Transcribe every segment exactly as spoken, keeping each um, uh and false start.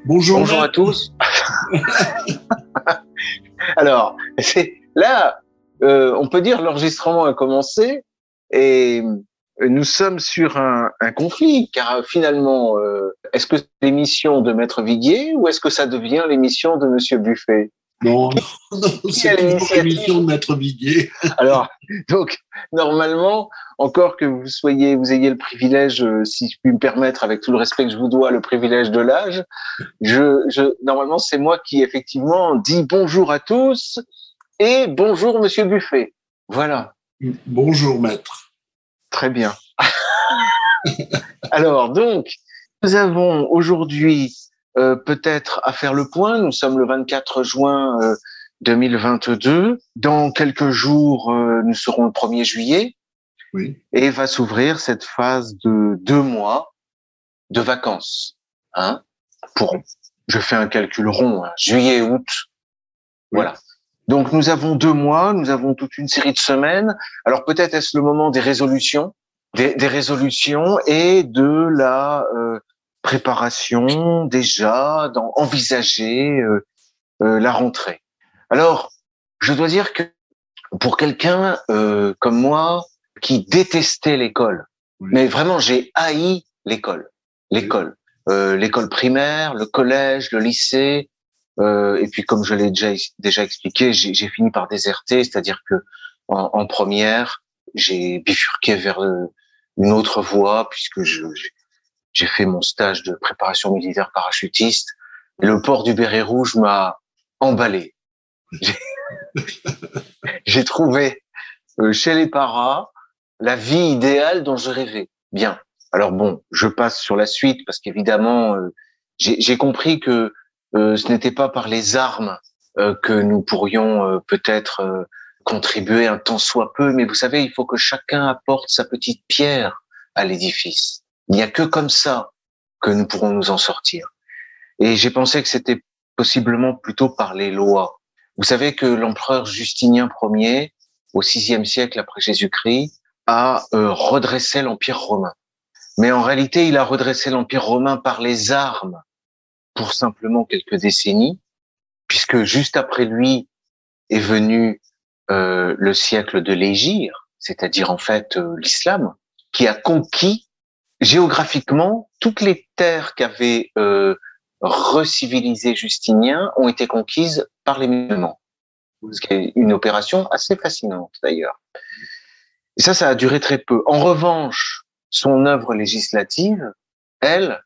Bonjour, Bonjour à tous. Alors, c'est, là, euh, on peut dire l'enregistrement a commencé et nous sommes sur un, un conflit, car finalement, euh, est-ce que c'est l'émission de Maître Viguier ou est-ce que ça devient l'émission de Monsieur Buffet? Non, non, non c'est toujours l'émission de Maître Viguier. Alors, donc, normalement, encore que vous soyez, vous ayez le privilège, euh, si je puis me permettre, avec tout le respect que je vous dois, le privilège de l'âge, je, je, normalement, c'est moi qui, effectivement, dis bonjour à tous et bonjour, Monsieur Buffet. Voilà. Bonjour, maître. Très bien. Alors, donc, nous avons aujourd'hui euh, peut-être à faire le point. Nous sommes le vingt-quatre juin euh, deux mille vingt-deux. Dans quelques jours, euh, nous serons le premier juillet. Oui. Et va s'ouvrir cette phase de deux mois de vacances. Hein, pour, je fais un calcul rond, hein, juillet, août. Oui. Voilà. Donc, nous avons deux mois, nous avons toute une série de semaines. Alors, peut-être est-ce le moment des résolutions, des, des résolutions et de la euh, préparation déjà, d'envisager euh, euh, la rentrée. Alors, je dois dire que pour quelqu'un euh, comme moi, qui détestait l'école, Oui. mais vraiment, j'ai haï l'école, l'école, oui. euh, l'école primaire, le collège, le lycée. Euh, et puis, comme je l'ai déjà déjà expliqué, j'ai, j'ai fini par déserter, c'est-à-dire que en, en première, j'ai bifurqué vers une autre voie puisque je, j'ai fait mon stage de préparation militaire parachutiste. Et le port du béret rouge m'a emballé. J'ai, j'ai trouvé euh, chez les paras la vie idéale dont je rêvais. Bien. Alors bon, je passe sur la suite parce qu'évidemment, euh, j'ai, j'ai compris que Euh, ce n'était pas par les armes euh, que nous pourrions euh, peut-être euh, contribuer un tant soit peu, mais vous savez, il faut que chacun apporte sa petite pierre à l'édifice. Il n'y a que comme ça que nous pourrons nous en sortir. Et j'ai pensé que c'était possiblement plutôt par les lois. Vous savez que l'empereur Justinien Ier, au sixième siècle après Jésus-Christ, a euh, redressé l'Empire romain. Mais en réalité, il a redressé l'Empire romain par les armes, pour simplement quelques décennies, puisque juste après lui est venu euh, le siècle de l'hégire, c'est-à-dire en fait euh, l'islam, qui a conquis géographiquement toutes les terres qu'avait euh, recivilisé Justinien ont été conquises par les musulmans, ce qui est une opération assez fascinante d'ailleurs. Et ça, ça a duré très peu. En revanche, son œuvre législative, elle,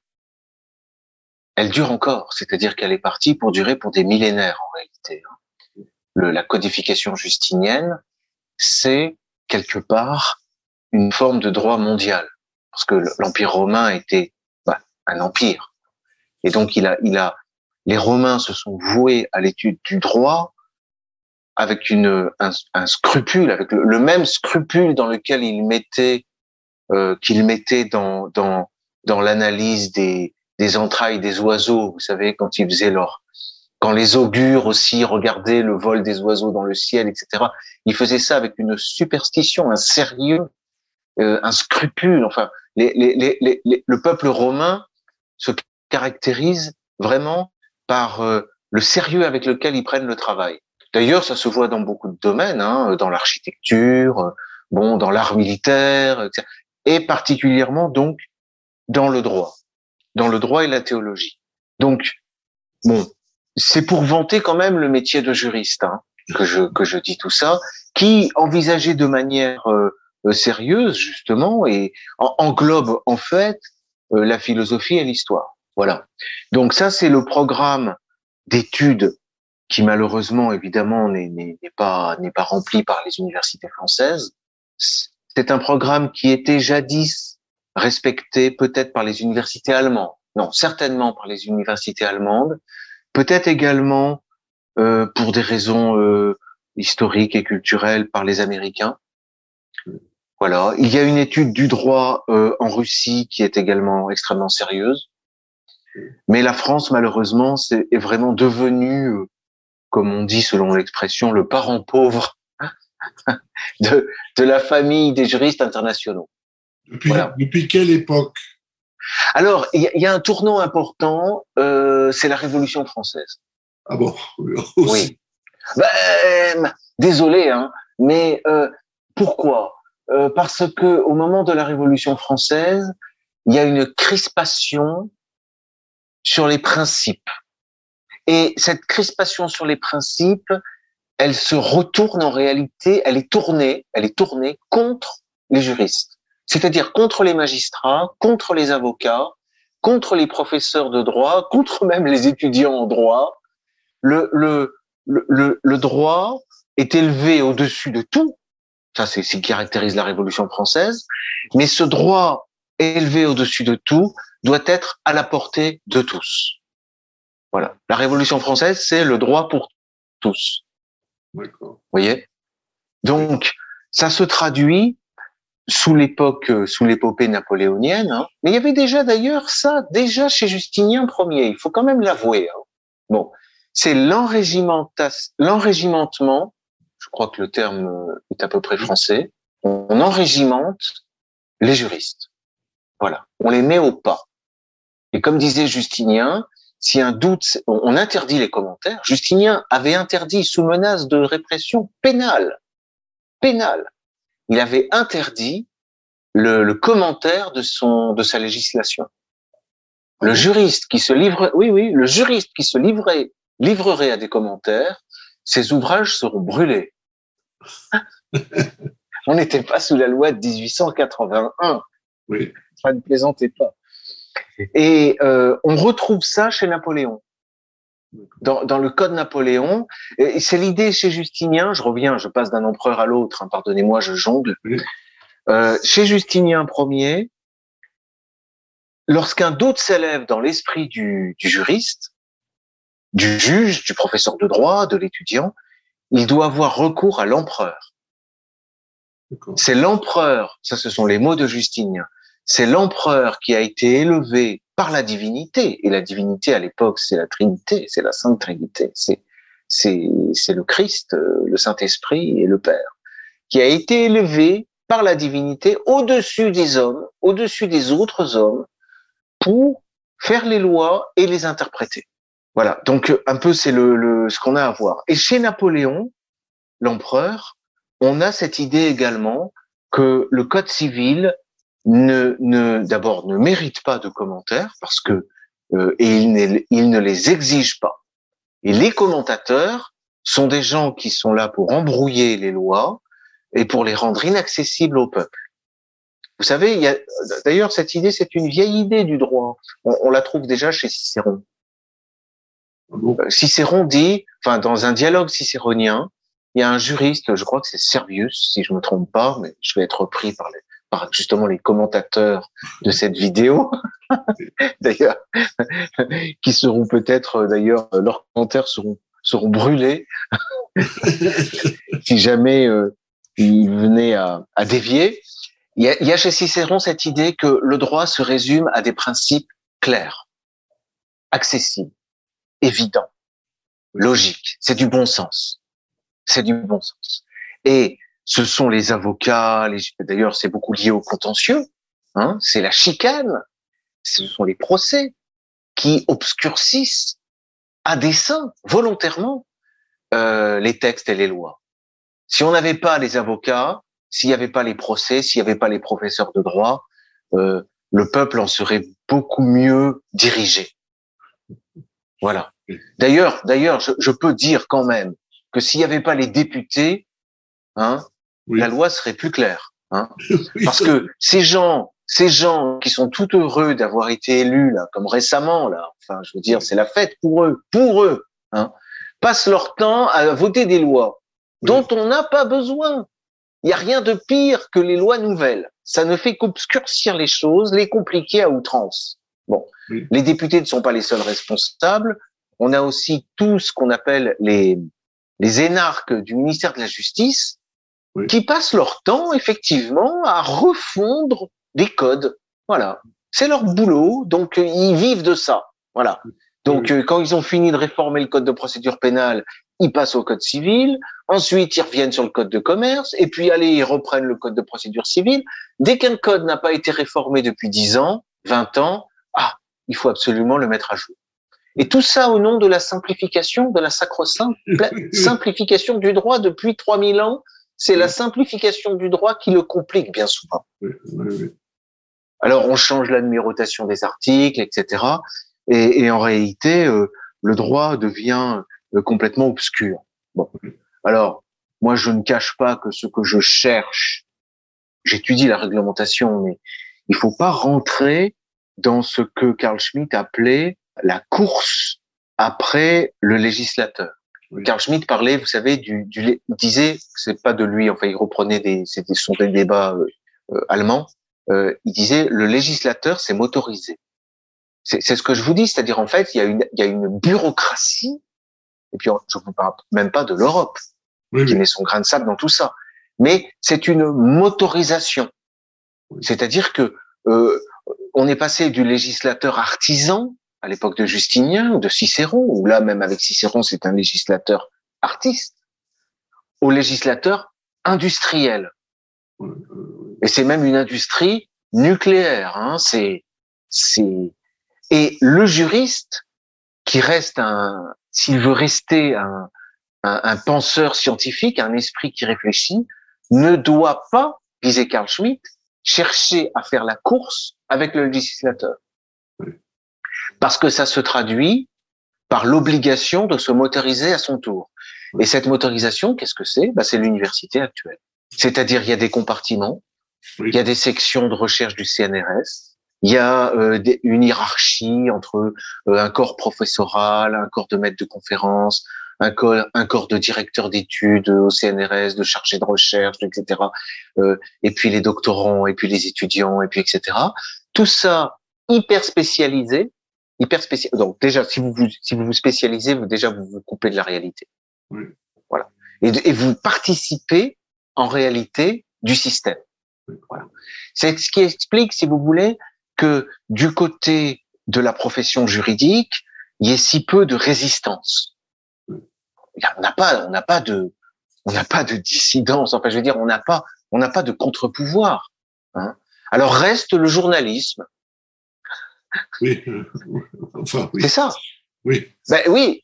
elle dure encore, c'est-à-dire qu'elle est partie pour durer pour des millénaires en réalité. Le, la codification justinienne, c'est quelque part une forme de droit mondial, parce que l'Empire romain était bah, un empire, et donc il a, il a, les Romains se sont voués à l'étude du droit avec une, un, un scrupule, avec le, le même scrupule dans lequel ils mettaient, euh, qu'ils mettaient dans, dans, dans l'analyse des des entrailles des oiseaux, vous savez, quand ils faisaient leur, quand les augures aussi regardaient le vol des oiseaux dans le ciel, et cetera. Ils faisaient ça avec une superstition, un sérieux, euh, un scrupule. Enfin, les, les, les, les, le peuple romain se caractérise vraiment par euh, le sérieux avec lequel ils prennent le travail. D'ailleurs, ça se voit dans beaucoup de domaines, hein, dans l'architecture, bon, dans l'art militaire, et cetera. Et particulièrement donc dans le droit. dans le droit et la théologie. Donc, bon, c'est pour vanter quand même le métier de juriste hein, que je que je dis tout ça, qui envisageait de manière euh, sérieuse justement et en, englobe en fait euh, la philosophie et l'histoire. Voilà. Donc ça, c'est le programme d'études qui malheureusement évidemment n'est, n'est, n'est pas n'est pas rempli par les universités françaises. C'est un programme qui était jadis respecté peut-être par les universités allemandes, non, certainement par les universités allemandes, peut-être également euh, pour des raisons euh, historiques et culturelles par les Américains. Voilà. Il y a une étude du droit euh, en Russie qui est également extrêmement sérieuse, mais la France, malheureusement, c'est, est vraiment devenue, euh, comme on dit selon l'expression, le parent pauvre de, de la famille des juristes internationaux. Depuis, Voilà. depuis quelle époque? Alors, il y, y a un tournant important, euh, c'est la Révolution française. Ah bon, aussi. Oui. Ben, désolé, hein, mais euh, pourquoi euh, Parce que au moment de la Révolution française, il y a une crispation sur les principes. Et cette crispation sur les principes, elle se retourne en réalité, elle est tournée, elle est tournée contre les juristes. C'est-à-dire contre les magistrats, contre les avocats, contre les professeurs de droit, contre même les étudiants en droit. Le, le, le, le droit est élevé au-dessus de tout. Ça, c'est ce qui caractérise la Révolution française. Mais ce droit élevé au-dessus de tout doit être à la portée de tous. Voilà. La Révolution française, c'est le droit pour tous. D'accord. Vous voyez? Donc, ça se traduit sous l'époque, sous l'épopée napoléonienne, hein. Mais il y avait déjà d'ailleurs ça, déjà chez Justinien Ier. Il faut quand même l'avouer. Hein. Bon, c'est l'enrégimenta- l'enrégimentement. Je crois que le terme est à peu près français. On enrégimente les juristes. Voilà, on les met au pas. Et comme disait Justinien, si un doute, on interdit les commentaires. Justinien avait interdit sous menace de répression pénale, pénale. Il avait interdit le, le commentaire de son, de sa législation. Le juriste qui se livre, oui, oui, le juriste qui se livrait, livrerait à des commentaires, ses ouvrages seront brûlés. On n'était pas sous la loi de dix-huit cent quatre-vingt-un. Oui. Ça ne plaisantez pas. Et euh, on retrouve ça chez Napoléon. Dans, dans le Code Napoléon, et c'est l'idée chez Justinien, je reviens, je passe d'un empereur à l'autre, hein, pardonnez-moi, je jongle. Oui. Euh, chez Justinien Ier, lorsqu'un doute s'élève dans l'esprit du, du juriste, du juge, du professeur de droit, de l'étudiant, il doit avoir recours à l'empereur. D'accord. C'est l'empereur, ça ce sont les mots de Justinien, c'est l'empereur qui a été élevé par la divinité, et la divinité à l'époque c'est la Trinité, c'est la Sainte Trinité, c'est c'est c'est le Christ, le Saint-Esprit et le Père, qui a été élevé par la divinité au-dessus des hommes, au-dessus des autres hommes, pour faire les lois et les interpréter. Voilà, donc un peu c'est le, le ce qu'on a à voir. Et chez Napoléon, l'empereur, on a cette idée également que le Code civil ne, ne d'abord ne mérite pas de commentaires parce que euh, et il ne, il ne les exige pas. Et les commentateurs sont des gens qui sont là pour embrouiller les lois et pour les rendre inaccessibles au peuple. Vous savez, il y a d'ailleurs cette idée, c'est une vieille idée du droit. On, on la trouve déjà chez Cicéron. Bon. Cicéron dit, enfin dans un dialogue cicéronien, il y a un juriste, je crois que c'est Servius, si je me trompe pas, mais je vais être repris par, les, par justement les commentateurs de cette vidéo, d'ailleurs, qui seront peut-être, d'ailleurs, leurs commentaires seront seront brûlés si jamais euh, ils venaient à, à dévier. Il y, a, il y a chez Cicéron cette idée que le droit se résume à des principes clairs, accessibles, évidents, logiques. C'est du bon sens. C'est du bon sens. Et ce sont les avocats, les, d'ailleurs c'est beaucoup lié au contentieux, hein, c'est la chicane, ce sont les procès qui obscurcissent à dessein, volontairement, euh, les textes et les lois. Si on n'avait pas les avocats, s'il n'y avait pas les procès, s'il n'y avait pas les professeurs de droit, euh, le peuple en serait beaucoup mieux dirigé. Voilà. D'ailleurs, d'ailleurs, je, je peux dire quand même que s'il n'y avait pas les députés, hein, oui. la loi serait plus claire. Hein, oui, parce que ces gens, ces gens qui sont tout heureux d'avoir été élus là, comme récemment là, enfin, je veux dire, c'est la fête pour eux, pour eux, hein, passent leur temps à voter des lois oui. dont on n'a pas besoin. Il n'y a rien de pire que les lois nouvelles. Ça ne fait qu'obscurcir les choses, les compliquer à outrance. Bon, oui. les députés ne sont pas les seuls responsables. On a aussi tout ce qu'on appelle les les énarques du ministère de la Justice oui. qui passent leur temps effectivement à refondre des codes. Voilà, c'est leur boulot, donc ils vivent de ça. Voilà. Donc oui. quand ils ont fini de réformer le code de procédure pénale, ils passent au code civil. Ensuite, ils reviennent sur le code de commerce. Et puis, allez, ils reprennent le code de procédure civile. Dès qu'un code n'a pas été réformé depuis dix ans, vingt ans, ah, il faut absolument le mettre à jour. Et tout ça au nom de la simplification, de la sacro-sainte simplification du droit depuis trois mille ans. C'est la simplification du droit qui le complique bien souvent. Alors, on change la numérotation des articles, et cetera. Et, et en réalité, euh, le droit devient euh, complètement obscur. Bon. Alors, moi, je ne cache pas que ce que je cherche, j'étudie la réglementation, mais il faut pas rentrer dans ce que Carl Schmitt appelait la course après le législateur. Oui. Carl Schmitt parlait, vous savez, du, du il disait, c'est pas de lui, enfin, il reprenait des, c'était sont des débats euh, euh, allemands. Euh, il disait, le législateur, c'est motorisé. C'est, c'est ce que je vous dis, c'est-à-dire en fait, il y a une, il y a une bureaucratie. Et puis, je ne vous parle même pas de l'Europe oui, qui oui. met son grain de sable dans tout ça. Mais c'est une motorisation. Oui. C'est-à-dire que euh, on est passé du législateur artisan à l'époque de Justinien ou de Cicéron, ou là même avec Cicéron, c'est un législateur artiste, au législateur industriel. Et c'est même une industrie nucléaire. Hein, c'est, c'est et le juriste qui reste un, s'il veut rester un, un, un penseur scientifique, un esprit qui réfléchit, ne doit pas, disait Carl Schmitt, chercher à faire la course avec le législateur. Parce que ça se traduit par l'obligation de se motoriser à son tour. Et cette motorisation, qu'est-ce que c'est? Bah, c'est l'université actuelle. C'est-à-dire, il y a des compartiments, oui. il y a des sections de recherche du C N R S, il y a euh, des, une hiérarchie entre euh, un corps professoral, un corps de maître de conférence, un corps, un corps de directeur d'études au C N R S, de chargé de recherche, et cetera. Euh, et puis les doctorants, et puis les étudiants, et puis et cetera. Tout ça hyper spécialisé. Hyper spécial. Donc déjà, si vous vous, si vous vous spécialisez, vous déjà vous vous coupez de la réalité. Oui. Voilà. Et, et vous participez en réalité du système. Oui. Voilà. C'est ce qui explique, si vous voulez, que du côté de la profession juridique, il y ait si peu de résistance. Oui. On n'a pas, on n'a pas de, on n'a pas de dissidence. Enfin, je veux dire, on n'a pas, on n'a pas de contre-pouvoir. Hein. Alors reste le journalisme. Oui, enfin, oui. C'est ça. Oui. Ben oui,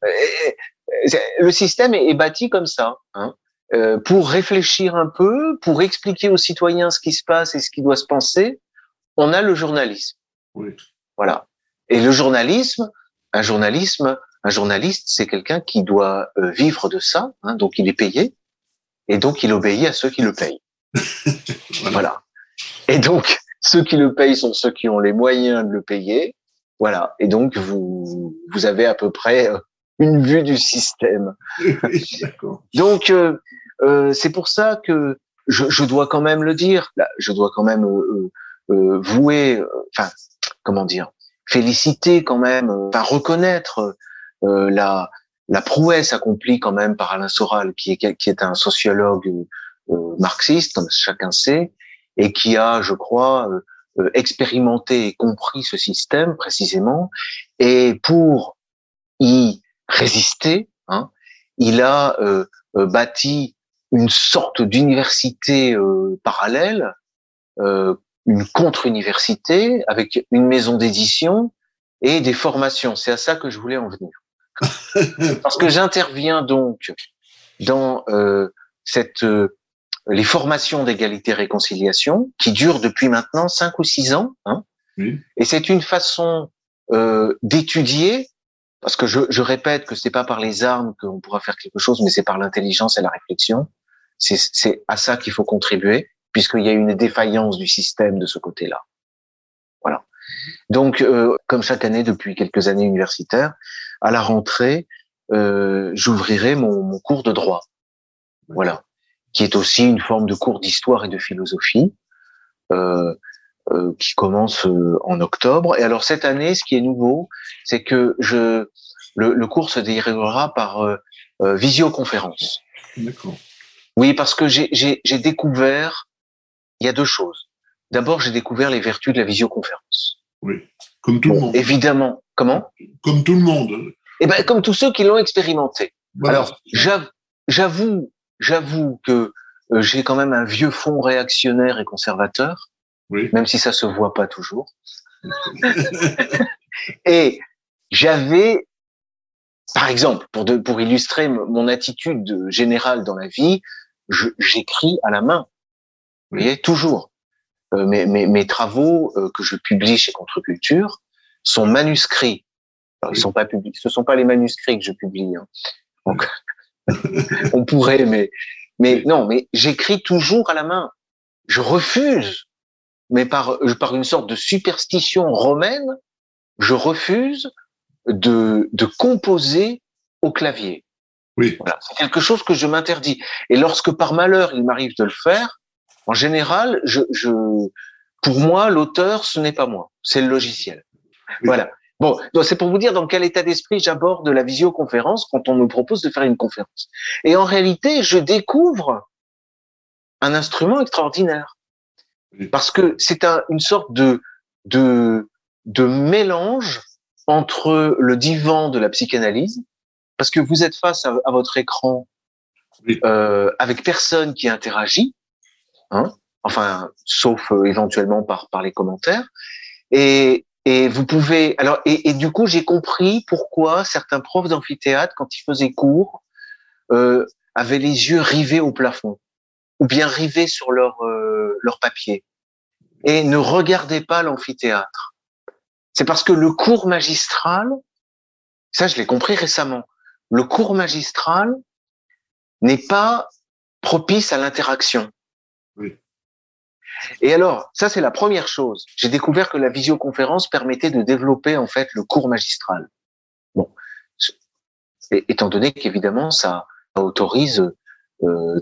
le système est bâti comme ça, hein, euh, pour réfléchir un peu, pour expliquer aux citoyens ce qui se passe et ce qui doit se penser. On a le journalisme. Oui. Voilà. Et le journalisme, un journalisme, un journaliste, c'est quelqu'un qui doit euh, vivre de ça, hein, donc il est payé et donc il obéit à ceux qui le payent. Voilà. Voilà. Et donc ceux qui le payent sont ceux qui ont les moyens de le payer. Voilà. Et donc, vous, vous avez à peu près une vue du système. D'accord. Donc, euh, euh, c'est pour ça que je, je dois quand même le dire. Là, je dois quand même euh, euh, vouer, enfin, euh, comment dire, féliciter quand même, enfin, reconnaître euh, la, la prouesse accomplie quand même par Alain Soral, qui est, qui est un sociologue euh, marxiste, comme chacun sait, et qui a, je crois, euh, expérimenté et compris ce système précisément. Et pour y résister, hein, il a euh, euh, bâti une sorte d'université euh, parallèle, euh, une contre-université avec une maison d'édition et des formations. C'est à ça que je voulais en venir. Parce que j'interviens donc dans euh, cette euh, les formations d'égalité-réconciliation qui durent depuis maintenant cinq ou six ans. Hein, oui. Et c'est une façon euh, d'étudier, parce que je, je répète que c'est pas par les armes qu'on pourra faire quelque chose, mais c'est par l'intelligence et la réflexion. C'est, c'est à ça qu'il faut contribuer, puisqu'il y a une défaillance du système de ce côté-là. Voilà. Donc, euh, comme chaque année depuis quelques années universitaires, à la rentrée, euh, j'ouvrirai mon, mon cours de droit. Voilà. Qui est aussi une forme de cours d'histoire et de philosophie, euh, euh, qui commence euh, en octobre. Et alors cette année, ce qui est nouveau, c'est que je le, le cours se déroulera par euh, euh, visioconférence. D'accord. Oui, parce que j'ai, j'ai, j'ai découvert, il y a deux choses. D'abord, j'ai découvert les vertus de la visioconférence. Oui, comme tout bon, le monde. Évidemment. Comment ? Comme tout le monde. Eh ben, comme tous ceux qui l'ont expérimenté. Voilà. Alors, j'avoue, j'avoue J'avoue que euh, j'ai quand même un vieux fond réactionnaire et conservateur, oui. Même si ça se voit pas toujours. Et j'avais, par exemple, pour, de, pour illustrer mon attitude générale dans la vie, je, j'écris à la main. Vous voyez, toujours. Euh, mes, mes, mes travaux euh, que je publie chez Contre-Culture sont manuscrits. Alors, ils sont pas publiés. Ce sont pas les manuscrits que je publie. Hein. Donc, on pourrait, mais, mais non, mais j'écris toujours à la main. Je refuse, mais par, par une sorte de superstition romaine, je refuse de, de composer au clavier. Oui. Voilà. C'est quelque chose que je m'interdis. Et lorsque par malheur il m'arrive de le faire, en général, je, je, pour moi, l'auteur, ce n'est pas moi, c'est le logiciel. Oui. Voilà. Bon, donc c'est pour vous dire dans quel état d'esprit j'aborde la visioconférence quand on me propose de faire une conférence. Et en réalité, je découvre un instrument extraordinaire. Oui. Parce que c'est un, une sorte de, de, de mélange entre le divan de la psychanalyse, parce que vous êtes face à, à votre écran oui. euh, avec personne qui interagit, hein, enfin, sauf euh, éventuellement par, par les commentaires, et, et vous pouvez... Alors, et, et du coup, j'ai compris pourquoi certains profs d'amphithéâtre, quand ils faisaient cours, euh, avaient les yeux rivés au plafond, ou bien rivés sur leur, euh, leur papier, et ne regardaient pas l'amphithéâtre. C'est parce que le cours magistral, ça je l'ai compris récemment, le cours magistral n'est pas propice à l'interaction. Oui. Et alors, ça c'est la première chose. J'ai découvert que la visioconférence permettait de développer en fait le cours magistral. Bon, et, étant donné qu'évidemment ça autorise, euh,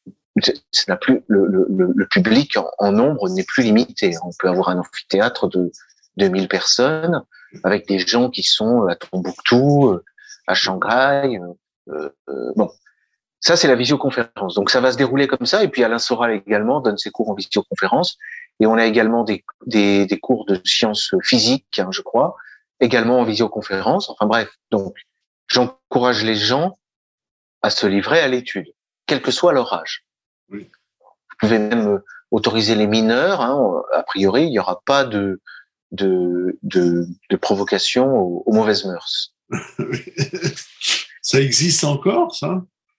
ça n'a plus le, le, le public en, en nombre n'est plus limité. On peut avoir un amphithéâtre de deux mille personnes avec des gens qui sont à Tombouctou, à Shanghai. Euh, euh, bon, ça c'est la visioconférence. Donc ça va se dérouler comme ça. Et puis Alain Soral également donne ses cours en visioconférence. Et on a également des, des, des cours de sciences physiques, hein, je crois, également en visioconférence. Enfin bref, donc j'encourage les gens à se livrer à l'étude, quel que soit leur âge. Oui. Vous pouvez même autoriser les mineurs. Hein, a priori, il n'y aura pas de de, de, de provocation aux, aux mauvaises mœurs. Ça existe encore, ça?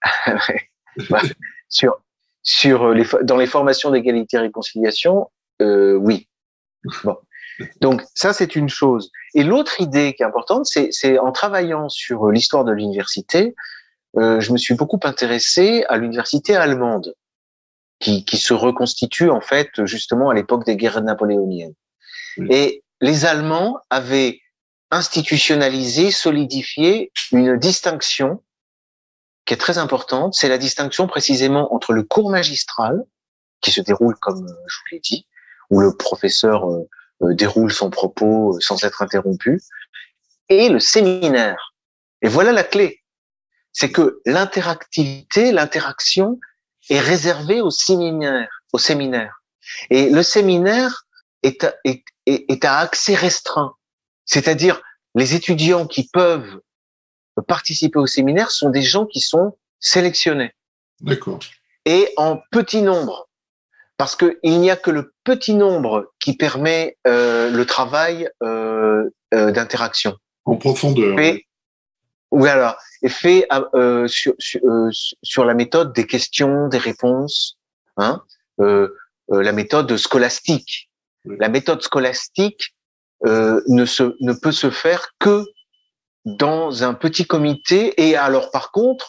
bah, sur, sur les, dans les formations d'égalité et réconciliation, euh, oui. Bon. Donc ça, c'est une chose. Et l'autre idée qui est importante, c'est, c'est en travaillant sur l'histoire de l'université, euh, je me suis beaucoup intéressé à l'université allemande, qui, qui se reconstitue en fait justement à l'époque des guerres napoléoniennes. Oui. Et les Allemands avaient institutionnalisé, solidifié une distinction qui est très importante. C'est la distinction précisément entre le cours magistral, qui se déroule comme je vous l'ai dit, où le professeur euh, déroule son propos sans être interrompu, et le séminaire. Et voilà la clé. C'est que l'interactivité, l'interaction est réservée au séminaire, au séminaire. Et le séminaire est à, est, est, est à accès restreint. C'est-à-dire, les étudiants qui peuvent participer au séminaire sont des gens qui sont sélectionnés. D'accord. Et en petit nombre. Parce que il n'y a que le petit nombre qui permet euh, le travail euh, euh, d'interaction. En profondeur. Fait, oui, alors, et fait euh, sur, sur, euh, sur la méthode des questions, des réponses, hein, euh, euh, la méthode scolastique. Oui. La méthode scolastique euh, ne se ne peut se faire que dans un petit comité et alors par contre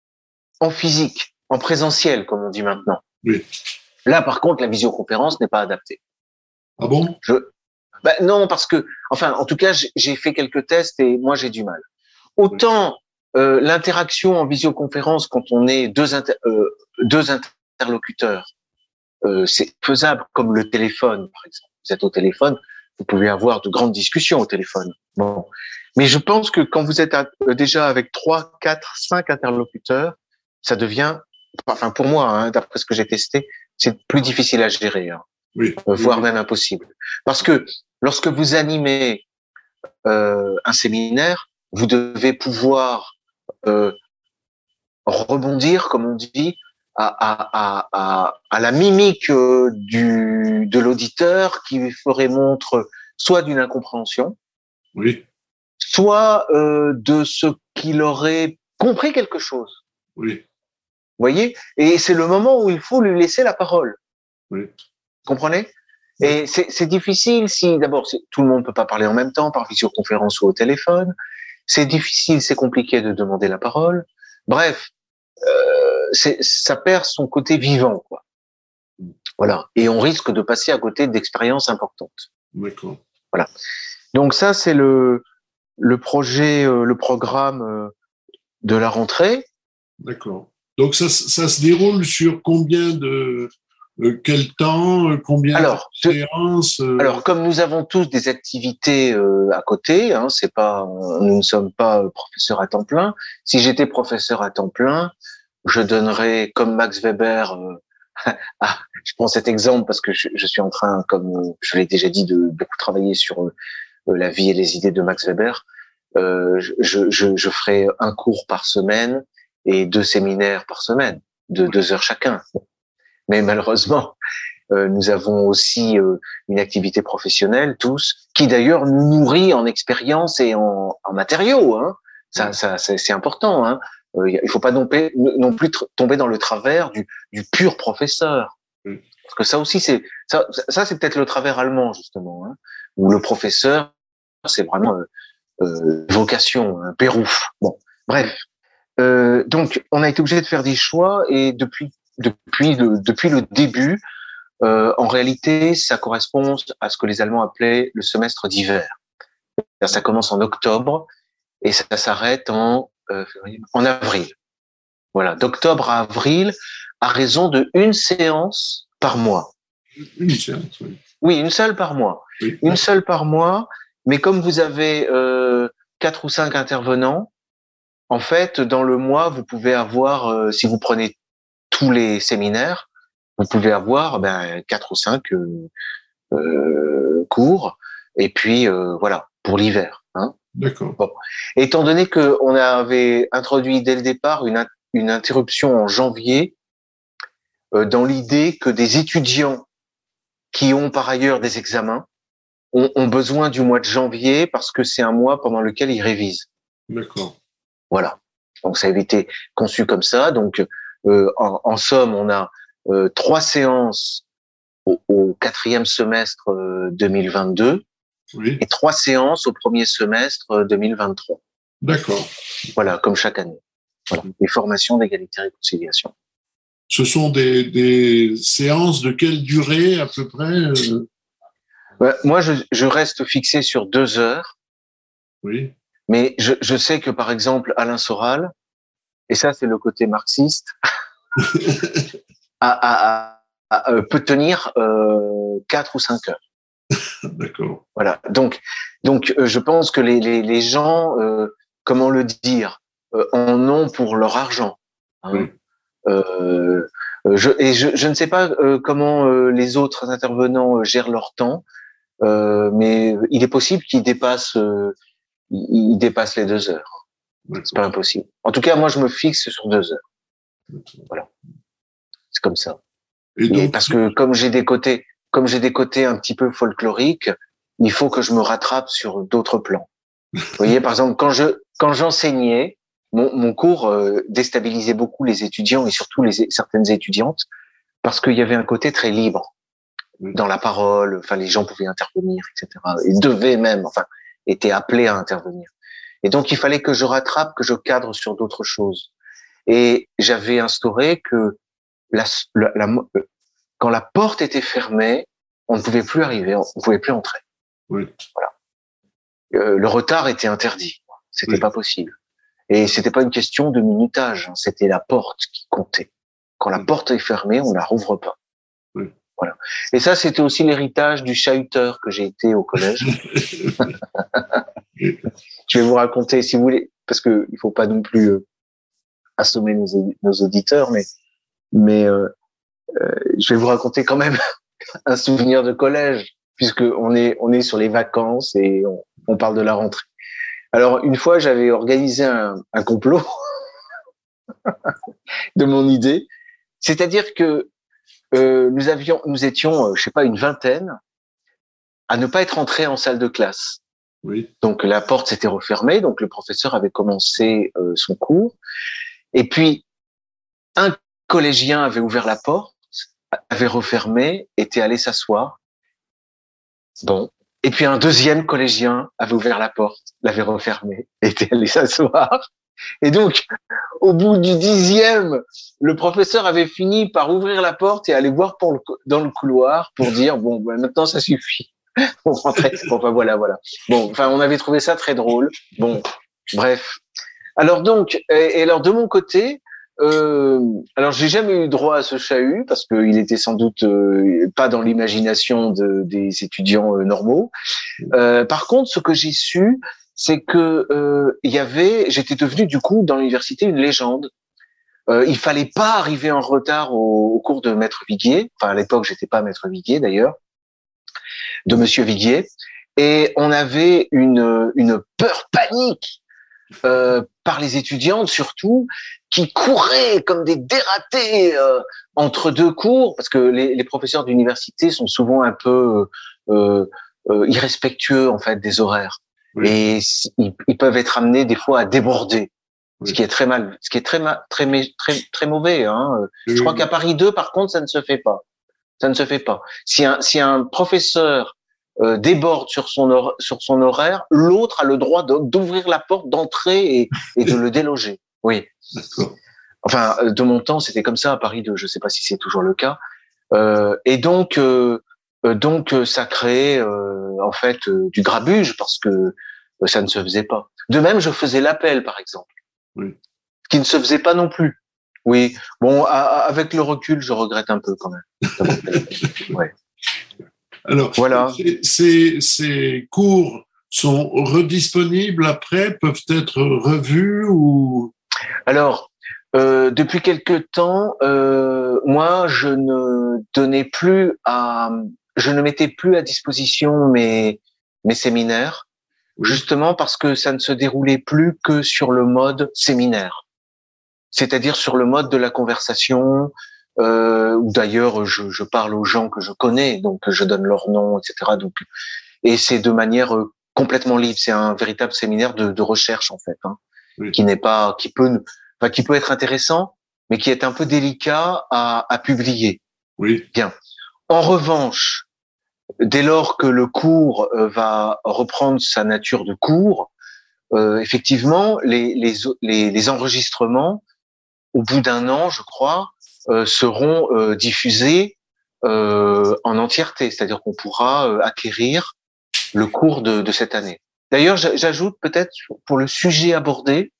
en physique, en présentiel comme on dit maintenant. Oui. Là par contre la visioconférence n'est pas adaptée. Ah bon? Je ben, non parce que enfin en tout cas j'ai fait quelques tests et moi j'ai du mal. Autant oui. euh, l'interaction en visioconférence quand on est deux inter, euh, deux interlocuteurs euh, c'est faisable comme le téléphone par exemple. Vous êtes au téléphone, vous pouvez avoir de grandes discussions au téléphone. Bon. Mais je pense que quand vous êtes déjà avec trois, quatre, cinq interlocuteurs, ça devient, enfin pour moi, hein, d'après ce que j'ai testé, c'est plus difficile à gérer, hein, oui. euh, voire oui. même impossible. Parce que lorsque vous animez euh, un séminaire, vous devez pouvoir euh, rebondir, comme on dit, à, à, à, à la mimique euh, du, de l'auditeur qui ferait montre soit d'une incompréhension, oui, soit euh, de ce qu'il aurait compris quelque chose. oui, Vous voyez? Et c'est le moment où il faut lui laisser la parole. oui. Vous comprenez? Oui. Et c'est, c'est difficile si, d'abord, c'est- tout le monde peut pas parler en même temps, par visioconférence ou au téléphone. C'est difficile, c'est compliqué de demander la parole. Bref, euh, c'est, ça perd son côté vivant, quoi. Voilà. Et on risque de passer à côté d'expériences importantes. D'accord. Voilà. Donc ça, c'est le, le projet, euh, le programme euh, de la rentrée. D'accord. Donc ça, ça se déroule sur combien de euh, quel temps, euh, combien Alors, de séances euh, Alors, comme nous avons tous des activités euh, à côté, hein, c'est pas, nous ne sommes pas euh, professeurs à temps plein. Si j'étais professeur à temps plein, je donnerais, comme Max Weber. Euh, ah, je prends cet exemple parce que je, je suis en train, comme euh, je l'ai déjà dit, de beaucoup travailler sur euh, la vie et les idées de Max Weber. Euh, je, je, je ferai un cours par semaine et deux séminaires par semaine, de deux heures chacun. Mais malheureusement, Euh, nous avons aussi euh, une activité professionnelle tous, qui d'ailleurs nous nourrit en expérience et en, en matériaux. Hein. Ça, ça, c'est, c'est important. Hein. Euh, il faut pas non, plus- non plus tomber dans le travers du, du pur professeur, parce que ça aussi c'est ça, ça c'est peut-être le travers allemand justement, hein, où le professeur c'est vraiment euh, euh, vocation, un pérou. Bon, bref. Euh, donc on a été obligé de faire des choix et depuis depuis le depuis le début. Euh, en réalité, ça correspond à ce que les Allemands appelaient le semestre d'hiver. Ça commence en octobre et ça s'arrête en, euh, en avril. Voilà, d'octobre à avril, à raison de une séance par mois. Une séance, oui. Oui, une seule par mois. Oui. Une seule par mois, mais comme vous avez euh, quatre ou cinq intervenants, en fait, dans le mois, vous pouvez avoir, euh, si vous prenez tous les séminaires, vous pouvez avoir ben, quatre ou cinq euh, euh, cours, et puis euh, voilà, pour l'hiver. Hein. D'accord. Bon. Étant donné qu'on avait introduit dès le départ une, une interruption en janvier, euh, dans l'idée que des étudiants qui ont par ailleurs des examens ont, ont besoin du mois de janvier parce que c'est un mois pendant lequel ils révisent. D'accord. Voilà. Donc ça a été conçu comme ça. Donc euh, en, en somme, on a euh, trois séances au, au quatrième semestre euh, deux mille vingt-deux Oui. et trois séances au premier semestre euh, deux mille vingt-trois. D'accord. Voilà, comme chaque année. Voilà, les formations d'égalité et réconciliation. Ce sont des, des séances de quelle durée à peu près euh... Ouais, moi, je, je reste fixé sur deux heures. Oui. Mais je, je sais que, par exemple, Alain Soral, et ça, c'est le côté marxiste, a, a, a, a, peut tenir euh, quatre ou cinq heures. D'accord. Voilà. Donc, donc, euh, je pense que les, les, les gens, euh, comment le dire, euh, en ont pour leur argent. Hein. Oui. Euh, je, et je, je ne sais pas euh, comment euh, les autres intervenants euh, gèrent leur temps, euh, mais il est possible qu'ils dépassent, euh, ils dépassent les deux heures. D'accord. C'est pas impossible. En tout cas, moi, je me fixe sur deux heures. D'accord. Voilà. C'est comme ça. Et Et donc, parce que comme j'ai des côtés, comme j'ai des côtés un petit peu folkloriques, il faut que je me rattrape sur d'autres plans. Vous voyez, par exemple, quand je quand j'enseignais, mon, mon cours euh, déstabilisait beaucoup les étudiants et surtout les certaines étudiantes parce qu'il y avait un côté très libre dans la parole. Enfin, les gens pouvaient intervenir, et cetera. Ils devaient même, enfin, étaient appelés à intervenir. Et donc, il fallait que je rattrape, que je cadre sur d'autres choses. Et j'avais instauré que la, la, la, quand la porte était fermée, on ne pouvait plus arriver, on ne pouvait plus entrer. oui. Voilà. Euh, le retard était interdit. C'était Oui. pas possible. Et c'était pas une question de minutage, hein, c'était la porte qui comptait. Quand la Oui. porte est fermée, on la rouvre pas. Oui. Voilà. Et ça, c'était aussi l'héritage du chahuteur que j'ai été au collège. Je vais vous raconter, si vous voulez, parce que il faut pas non plus euh, assommer nos, nos auditeurs, mais mais euh, euh, je vais vous raconter quand même un souvenir de collège, puisque on est on est sur les vacances et on, on parle de la rentrée. Alors une fois, j'avais organisé un, un complot de mon idée, c'est-à-dire que euh, nous avions, nous étions, euh, je sais pas, une vingtaine à ne pas être entré en salle de classe. Oui. Donc la porte s'était refermée, donc le professeur avait commencé euh, son cours. Et puis un collégien avait ouvert la porte, avait refermé, était allé s'asseoir. Bon. Et puis un deuxième collégien avait ouvert la porte, l'avait refermé, était allé s'asseoir. Et donc, au bout du dixième, le professeur avait fini par ouvrir la porte et aller voir pour le, dans le couloir pour dire bon, ben, maintenant ça suffit. On rentrait. Bon, enfin voilà, voilà. Bon, enfin, on avait trouvé ça très drôle. Bon, bref. Alors donc, et, et alors de mon côté, euh, alors j'ai jamais eu droit à ce chahut parce qu'il était sans doute euh, pas dans l'imagination de, des étudiants euh, normaux. Euh, par contre, ce que j'ai su, c'est que euh, il y avait, j'étais devenu du coup dans l'université une légende. Euh, il fallait pas arriver en retard au, au cours de Maître Viguier. Enfin, à l'époque, j'étais pas Maître Viguier d'ailleurs, de Monsieur Viguier, et on avait une une peur panique euh, par les étudiantes surtout, qui couraient comme des dératés euh, entre deux cours, parce que les, les professeurs d'université sont souvent un peu euh, euh, irrespectueux en fait des horaires, oui. Et ils, ils peuvent être amenés des fois à déborder, oui. Ce qui est très mal, ce qui est très mal, très très très mauvais. Hein. Oui. Je crois qu'à Paris deux, par contre, ça ne se fait pas. Ça ne se fait pas. Si un si un professeur Euh, déborde sur son hor- sur son horaire, l'autre a le droit de, d'ouvrir la porte, d'entrer et, et de le déloger. Oui. D'accord. Enfin, de mon temps, c'était comme ça à Paris deux. Je ne sais pas si c'est toujours le cas. Euh, et donc, euh, donc, ça créait euh, en fait euh, du grabuge parce que euh, ça ne se faisait pas. De même, je faisais l'appel, par exemple, oui. Ce qui ne se faisait pas non plus. Oui. Bon, à, à, avec le recul, je regrette un peu quand même. Ouais. Alors, voilà. ces, ces, ces cours sont redisponibles après, peuvent être revus ou... Alors, euh, depuis quelque temps, euh, moi, je ne donnais plus à, je ne mettais plus à disposition mes mes séminaires, oui. Justement parce que ça ne se déroulait plus que sur le mode séminaire, c'est-à-dire sur le mode de la conversation. Euh, ou d'ailleurs, je, je parle aux gens que je connais, donc je donne leur nom, et cetera. Donc, et c'est de manière complètement libre. C'est un véritable séminaire de, de recherche en fait, hein, oui. Qui n'est pas, qui peut, enfin, qui peut être intéressant, mais qui est un peu délicat à, à publier. Oui. Bien. En revanche, dès lors que le cours euh, va reprendre sa nature de cours, euh, effectivement, les, les, les, les enregistrements, au bout d'un an, je crois, euh, seront euh, diffusés euh, en entièreté, c'est-à-dire qu'on pourra euh, acquérir le cours de, de cette année. D'ailleurs, j'ajoute peut-être pour le sujet abordé,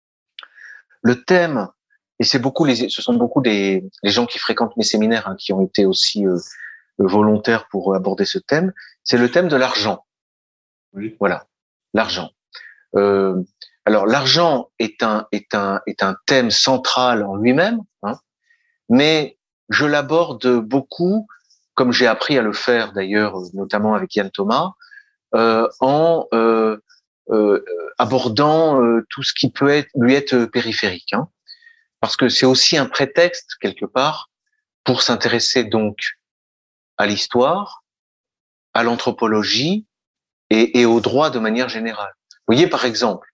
le thème, et c'est beaucoup les, ce sont beaucoup des les gens qui fréquentent mes séminaires hein, qui ont été aussi euh, volontaires pour aborder ce thème, c'est le thème de l'argent. Oui. Voilà, l'argent. Euh, alors l'argent est un est un est un thème central en lui-même, hein, mais je l'aborde beaucoup, comme j'ai appris à le faire d'ailleurs, notamment avec Yann Thomas, euh, en euh, euh, abordant euh, tout ce qui peut être lui être périphérique, hein, parce que c'est aussi un prétexte quelque part pour s'intéresser donc à l'histoire, à l'anthropologie et, et au droit de manière générale. Vous voyez par exemple,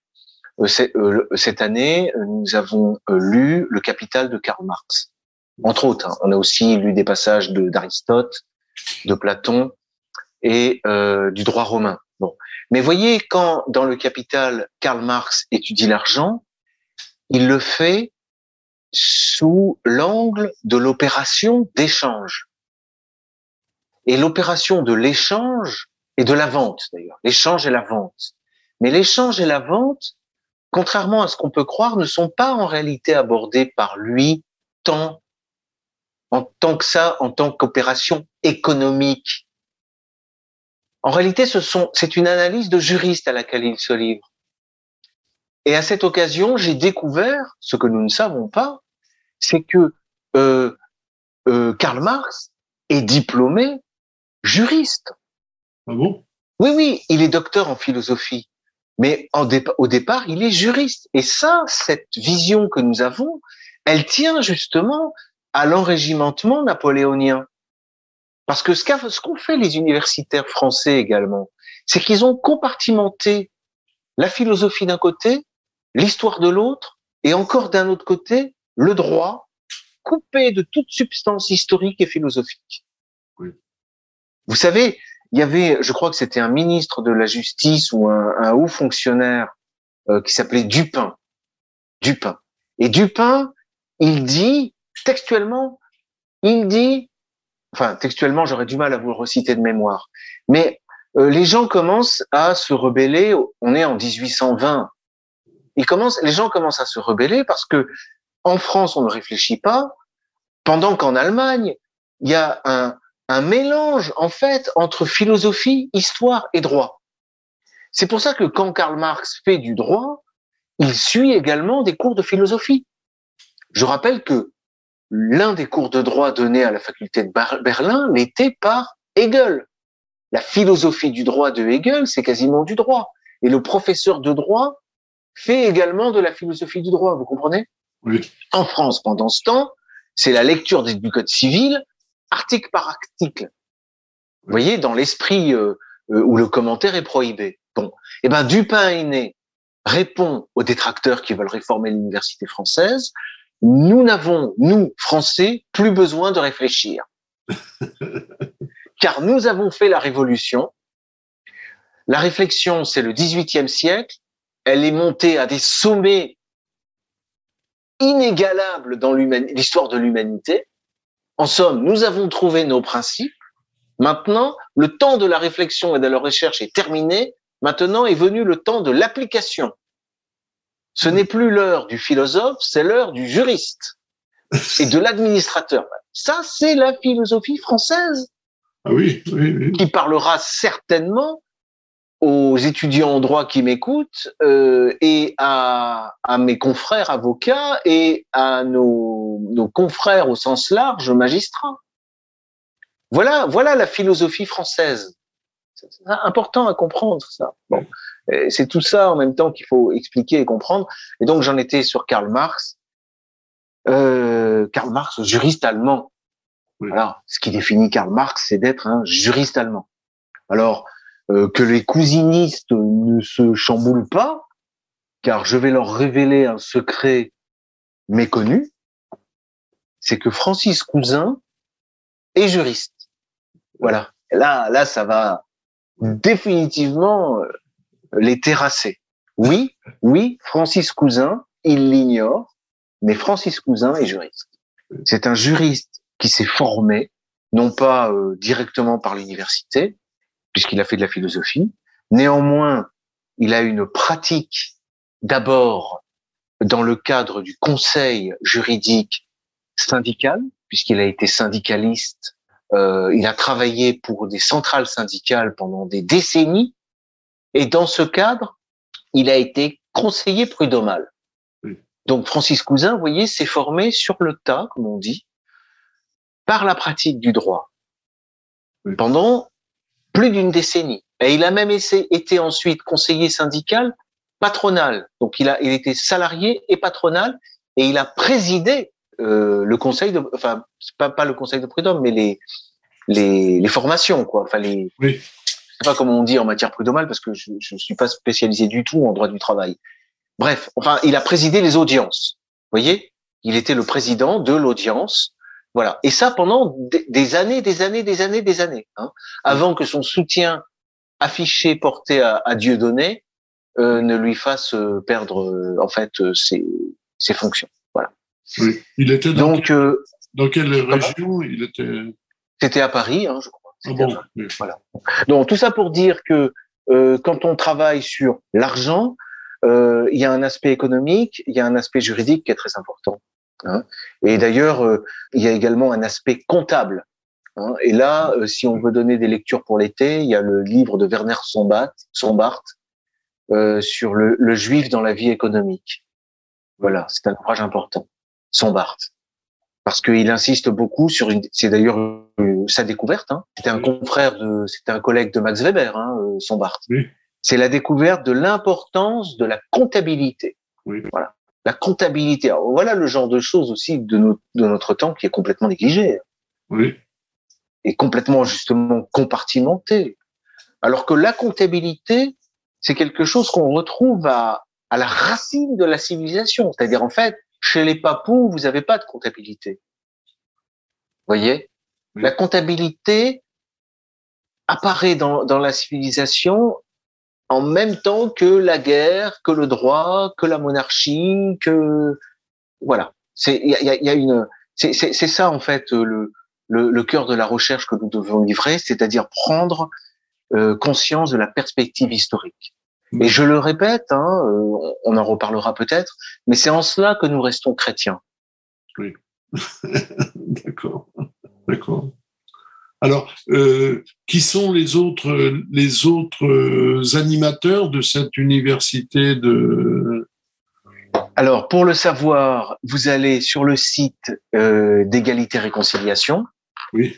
cette année, nous avons lu Le Capital de Karl Marx, entre autres. Hein. On a aussi lu des passages de, d'Aristote, de Platon et euh, du droit romain. Bon, mais voyez, quand dans Le Capital, Karl Marx étudie l'argent, il le fait sous l'angle de l'opération d'échange. Et l'opération de l'échange et de la vente, d'ailleurs. L'échange et la vente. Mais l'échange et la vente, contrairement à ce qu'on peut croire, ne sont pas en réalité abordés par lui tant, en tant que ça, en tant qu'opération économique. En réalité, ce sont, c'est une analyse de juriste à laquelle il se livre. Et à cette occasion, j'ai découvert, ce que nous ne savons pas, c'est que euh, euh, Karl Marx est diplômé juriste. Ah bon? Oui, oui, il est docteur en philosophie. Mais en dé- au départ, il est juriste. Et ça, cette vision que nous avons, elle tient justement à l'enrégimentement napoléonien. Parce que ce qu'a, ce qu'ont fait les universitaires français également, c'est qu'ils ont compartimenté la philosophie d'un côté, l'histoire de l'autre, et encore d'un autre côté, le droit, coupé de toute substance historique et philosophique. Oui. Vous savez, il y avait, je crois que c'était un ministre de la Justice ou un, un haut fonctionnaire euh, qui s'appelait Dupin. Dupin. Et Dupin, il dit, textuellement, il dit, enfin, textuellement, j'aurais du mal à vous le reciter de mémoire, mais euh, les gens commencent à se rebeller, on est en dix-huit cent vingt, ils commencent, les gens commencent à se rebeller parce que en France, on ne réfléchit pas, pendant qu'en Allemagne, il y a un, un mélange, en fait, entre philosophie, histoire et droit. C'est pour ça que quand Karl Marx fait du droit, il suit également des cours de philosophie. Je rappelle que l'un des cours de droit donnés à la faculté de Berlin l'était par Hegel. La philosophie du droit de Hegel, c'est quasiment du droit. Et le professeur de droit fait également de la philosophie du droit, vous comprenez? Oui. En France, pendant ce temps, c'est la lecture du Code civil, article par article. Oui. Vous voyez, dans l'esprit euh, euh, où le commentaire est prohibé. Bon, eh ben Dupin est né, répond aux détracteurs qui veulent réformer l'université française. Nous n'avons, nous, Français, plus besoin de réfléchir. Car nous avons fait la révolution. La réflexion, c'est le dix-huitième siècle. Elle est montée à des sommets inégalables dans l'histoire de l'humanité. En somme, nous avons trouvé nos principes. Maintenant, le temps de la réflexion et de la recherche est terminé. Maintenant est venu le temps de l'application. Ce n'est plus l'heure du philosophe, c'est l'heure du juriste et de l'administrateur. Ça, c'est la philosophie française. Ah oui, oui, oui. Qui parlera certainement aux étudiants en droit qui m'écoutent euh, et à, à mes confrères avocats et à nos, nos confrères au sens large magistrats. Voilà, voilà la philosophie française. C'est important à comprendre ça. Bon, c'est tout ça en même temps qu'il faut expliquer et comprendre. Et donc j'en étais sur Karl Marx. Euh, Karl Marx, juriste allemand. Oui. Alors, ce qui définit Karl Marx, c'est d'être un juriste allemand. Alors, euh, que les cousinistes ne se chamboulent pas, car je vais leur révéler un secret méconnu, c'est que Francis Cousin est juriste. Voilà. Et là, là, ça va définitivement les terrasser. Oui, oui, Francis Cousin, il l'ignore, mais Francis Cousin est juriste. C'est un juriste qui s'est formé, non pas euh, directement par l'université, puisqu'il a fait de la philosophie. Néanmoins, il a une pratique d'abord dans le cadre du conseil juridique syndical, puisqu'il a été syndicaliste. Euh, il a travaillé pour des centrales syndicales pendant des décennies. Et dans ce cadre, il a été conseiller prud'homal. Oui. Donc Francis Cousin, vous voyez, s'est formé sur le tas, comme on dit, par la pratique du droit, oui. Pendant plus d'une décennie. Et il a même été ensuite conseiller syndical patronal. Donc il a, il était salarié et patronal, et il a présidé euh, le conseil de, enfin pas pas le conseil de prud'homme, mais les les les formations quoi. Enfin les. Oui. Je sais pas comment on dit en matière prud'homale parce que je je suis pas spécialisé du tout en droit du travail. Bref, enfin il a présidé les audiences. Vous voyez, il était le président de l'audience. Voilà. Et ça pendant des années, des années, des années, des années, hein, avant que son soutien affiché porté à, à Dieudonné euh, ne lui fasse perdre euh, en fait euh, ses, ses fonctions. Voilà. Oui. Il était dans, Donc, quel, euh, dans quelle région il était? C'était à Paris, hein, je crois. Ah bon, oui. Voilà. Donc tout ça pour dire que euh, quand on travaille sur l'argent, euh, il y a un aspect économique, il y a un aspect juridique qui est très important. Hein. Et d'ailleurs, euh, il y a également un aspect comptable. Hein. Et là, euh, si on veut donner des lectures pour l'été, il y a le livre de Werner Sombart, Sombart euh, sur le, le juif dans la vie économique. Voilà, c'est un ouvrage important, Sombart, parce qu'il insiste beaucoup sur une. C'est d'ailleurs euh, sa découverte. Hein. C'était un confrère de, c'était un collègue de Max Weber, hein, euh, Sombart. Oui. C'est la découverte de l'importance de la comptabilité. Oui. Voilà. La comptabilité. Alors, voilà le genre de choses aussi de, no- de notre temps qui est complètement négligé. Oui. est complètement justement compartimenté. Alors que la comptabilité, c'est quelque chose qu'on retrouve à, à la racine de la civilisation. C'est-à-dire, en fait, chez les Papous, vous n'avez pas de comptabilité. Vous voyez? Oui. La comptabilité apparaît dans, dans la civilisation en même temps que la guerre, que le droit, que la monarchie, que voilà. C'est il y a, y a une c'est c'est c'est ça en fait le le, le cœur de la recherche que nous devons livrer, c'est-à-dire prendre euh, conscience de la perspective historique. Oui. Et je le répète, hein, euh, on en reparlera peut-être, mais c'est en cela que nous restons chrétiens. Oui. D'accord. D'accord. Alors, euh, qui sont les autres, les autres animateurs de cette université de... Alors, pour le savoir, vous allez sur le site euh, d'Égalité-Réconciliation. Oui.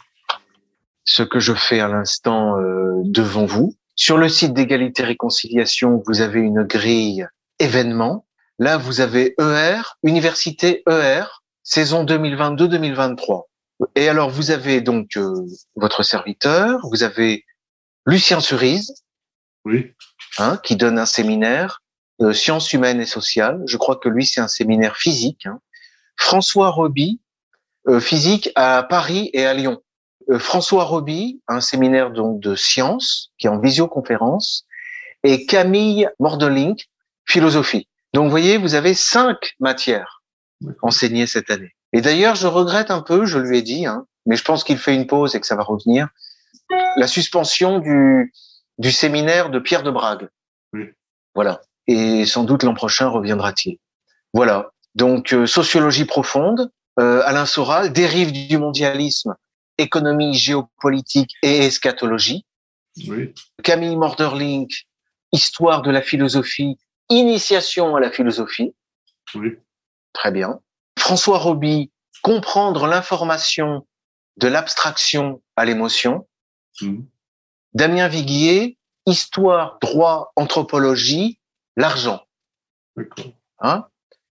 Ce que je fais à l'instant euh, devant vous. Sur le site d'Égalité-Réconciliation, vous avez une grille événements. Là, vous avez E R, Université E R, saison deux mille vingt-deux deux mille vingt-trois. Et alors, vous avez donc euh, votre serviteur, vous avez Lucien Cerise, oui, hein, qui donne un séminaire euh, sciences humaines et sociales. Je crois que lui, c'est un séminaire physique. Hein. François Roby, euh, physique à Paris et à Lyon. Euh, François Roby, un séminaire donc de sciences qui est en visioconférence, et Camille Mordelink, philosophie. Donc, vous voyez, vous avez cinq matières enseignées cette année. Et d'ailleurs, je regrette un peu, je lui ai dit, hein, mais je pense qu'il fait une pause et que ça va revenir, la suspension du, du séminaire de Pierre de Brague. Oui. Voilà. Et sans doute l'an prochain reviendra-t-il. Voilà. Donc, euh, sociologie profonde, euh, Alain Soral, dérive du mondialisme, économie, géopolitique et eschatologie. Oui. Camille Morderlink, histoire de la philosophie, initiation à la philosophie. Oui. Très bien. François Roby, comprendre l'information de l'abstraction à l'émotion. Mmh. Damien Viguier, histoire, droit, anthropologie, l'argent. D'accord. Hein?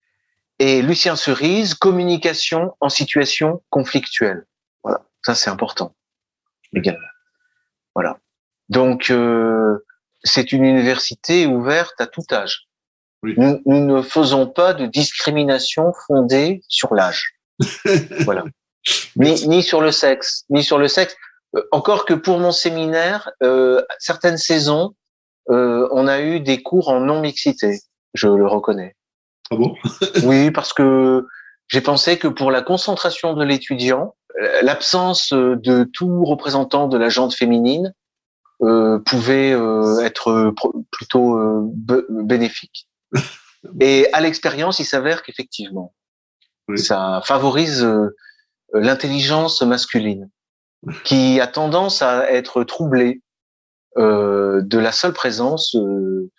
Et Lucien Cerise, communication en situation conflictuelle. Voilà, ça c'est important également. Voilà. Donc euh, c'est une université ouverte à tout âge. Oui. Nous, nous ne faisons pas de discrimination fondée sur l'âge. Voilà. Ni, ni sur le sexe, ni sur le sexe. Euh, encore que pour mon séminaire, euh, certaines saisons, euh, on a eu des cours en non-mixité. Je le reconnais. Ah bon? Oui, parce que j'ai pensé que pour la concentration de l'étudiant, l'absence de tout représentant de la gente féminine euh, pouvait euh, être plutôt euh, b- bénéfique. Et à l'expérience, il s'avère qu'effectivement, oui. ça favorise euh, l'intelligence masculine, qui a tendance à être troublée euh, de la seule présence euh,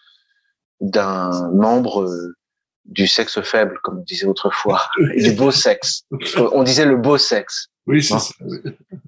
d'un membre euh, du sexe faible, comme on disait autrefois, et du beau sexe. On disait le beau sexe. Oui, c'est hein ça. Oui.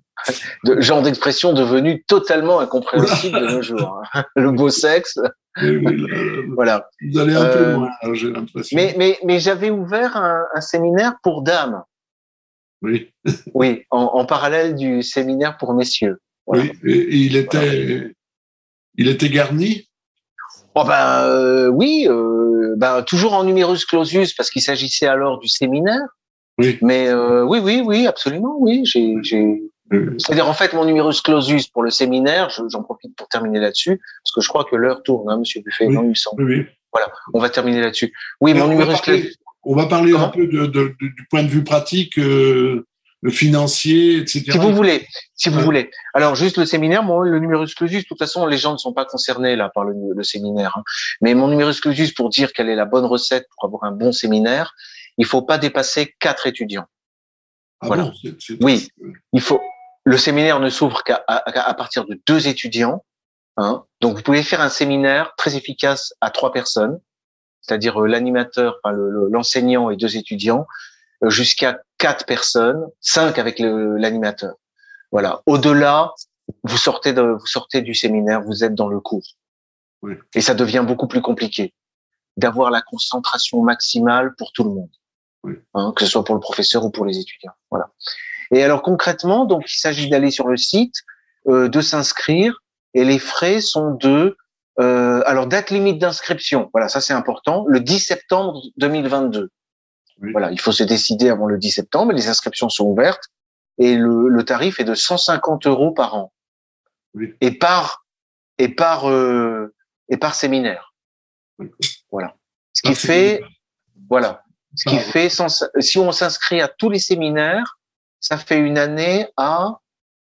De, genre d'expression devenu totalement incompréhensible de nos jours. Hein. Le beau sexe. Oui, oui, là, là, voilà. Vous allez un euh, peu loin, là, j'ai l'impression. Mais, mais, mais j'avais ouvert un, un séminaire pour dames. Oui. Oui, en, en parallèle du séminaire pour messieurs. Voilà. Oui, et, et il était, voilà. il était garni. Oh ben euh, oui, euh, ben toujours en numerus clausus parce qu'il s'agissait alors du séminaire. Oui. Mais euh, oui, oui, oui, absolument, oui. J'ai, j'ai... Oui. C'est-à-dire en fait mon numerus clausus pour le séminaire, je, j'en profite pour terminer là-dessus parce que je crois que l'heure tourne, hein, Monsieur Buffet, oui. non, il me semble. Oui, oui. Voilà, on va terminer là-dessus. Oui, Mais mon on numerus va parler, clausus. On va parler Comment un peu de, de, de, du point de vue pratique. Euh... financier, et cetera. Si vous voulez, si vous ouais. voulez. Alors juste le séminaire, moi, le numerus clausus, de toute façon, les gens ne sont pas concernés là par le, le séminaire. Hein. Mais mon numerus clausus, pour dire quelle est la bonne recette pour avoir un bon séminaire, il faut pas dépasser quatre étudiants. Ah voilà. bon, c'est, c'est oui, il faut. Le séminaire ne s'ouvre qu'à à, à partir de deux étudiants. Hein. Donc vous pouvez faire un séminaire très efficace à trois personnes, c'est-à-dire euh, l'animateur, enfin, le, le, l'enseignant et deux étudiants. Jusqu'à quatre personnes, cinq avec le, l'animateur. Voilà. Au-delà, vous sortez de, vous sortez du séminaire, vous êtes dans le cours. Oui. Et ça devient beaucoup plus compliqué d'avoir la concentration maximale pour tout le monde. Oui. Hein, que ce soit pour le professeur ou pour les étudiants. Voilà. Et alors concrètement, donc il s'agit d'aller sur le site, euh, de s'inscrire, et les frais sont de euh, alors date limite d'inscription. Voilà, ça c'est important. Le dix septembre deux mille vingt-deux. Oui. Voilà, il faut se décider avant le dix septembre. Les inscriptions sont ouvertes et le, le tarif est de cent cinquante euros par an. Oui. Et par et par euh, et par séminaire. Voilà. Ce qui fait voilà. Ce qui fait, si on s'inscrit à tous les séminaires, ça fait une année à,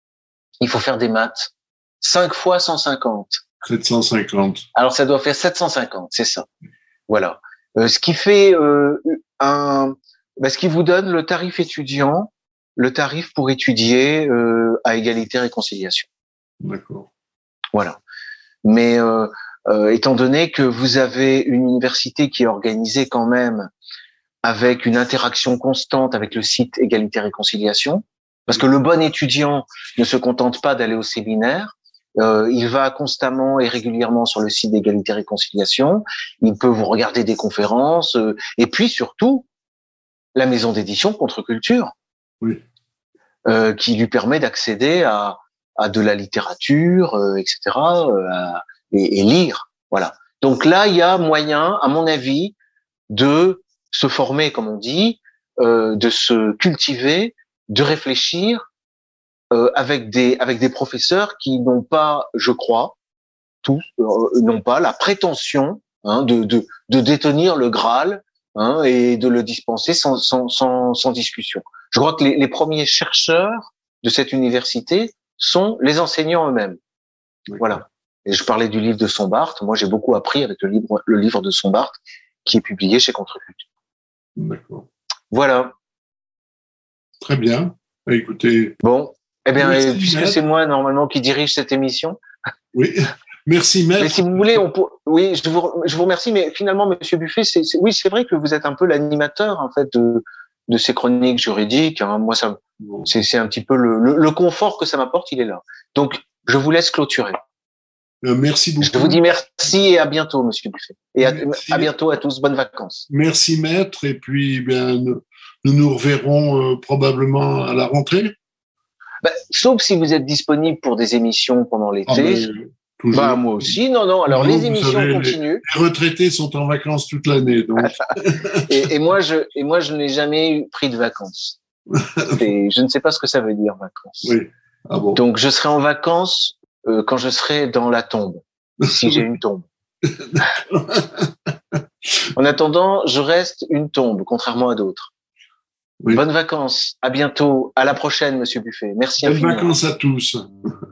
il faut faire des maths, cinq fois cent cinquante. sept cent cinquante. Alors ça doit faire sept cent cinquante, c'est ça. Voilà. Euh, ce qui fait euh, un, bah, ce qui vous donne le tarif étudiant, le tarif pour étudier euh, à égalité réconciliation. D'accord. Voilà. Mais euh, euh, étant donné que vous avez une université qui est organisée quand même avec une interaction constante avec le site Égalité Réconciliation, parce que le bon étudiant ne se contente pas d'aller au séminaire, euh, il va constamment et régulièrement sur le site d'Égalité Réconciliation, il peut vous regarder des conférences, euh, et puis surtout la maison d'édition Contre-Culture, oui. euh, qui lui permet d'accéder à, à de la littérature, euh, et cetera, euh, à, et, et lire. Voilà. Donc là, il y a moyen, à mon avis, de se former, comme on dit, euh, de se cultiver, de réfléchir euh, avec des avec des professeurs qui n'ont pas, je crois, tous euh, n'ont pas la prétention hein, de, de de détenir le Graal hein, et de le dispenser sans sans sans, sans discussion. Je crois que les, les premiers chercheurs de cette université sont les enseignants eux-mêmes. Oui. Voilà. Et je parlais du livre de Sombart. Moi, j'ai beaucoup appris avec le livre le livre de Sombart qui est publié chez Contre-Culture. D'accord. Voilà. Très bien. Écoutez. Bon. Eh bien, merci, puisque maître. C'est moi, normalement, qui dirige cette émission. Oui. Merci, maître. Mais si vous voulez, on peut, oui, je vous, je vous remercie, mais finalement, monsieur Buffet, c'est, c'est, oui, c'est vrai que vous êtes un peu l'animateur, en fait, de, de ces chroniques juridiques. Hein. Moi, ça, bon. c'est, c'est un petit peu le, le, le confort que ça m'apporte, il est là. Donc, je vous laisse clôturer. Euh, merci beaucoup. Je vous dis merci et à bientôt, monsieur Buffet. Et à, à bientôt à tous. Bonnes vacances. Merci, maître. Et puis, bien, nous nous, nous reverrons euh, probablement à la rentrée. Bah, sauf si vous êtes disponible pour des émissions pendant l'été. Ah ben, toujours. Bah, moi aussi. Non, non. Alors, toujours, les émissions savez, continuent. Les, les retraités sont en vacances toute l'année, donc. et, et moi, je, et moi, je n'ai jamais eu pris de vacances. Et je ne sais pas ce que ça veut dire, vacances. Oui. Ah bon. Donc, je serai en vacances Euh, quand je serai dans la tombe, si j'ai une tombe. En attendant, je reste une tombe, contrairement à d'autres. Oui. Bonnes vacances, à bientôt, à la prochaine, monsieur Buffet. Merci Bonnes infiniment. vacances à tous.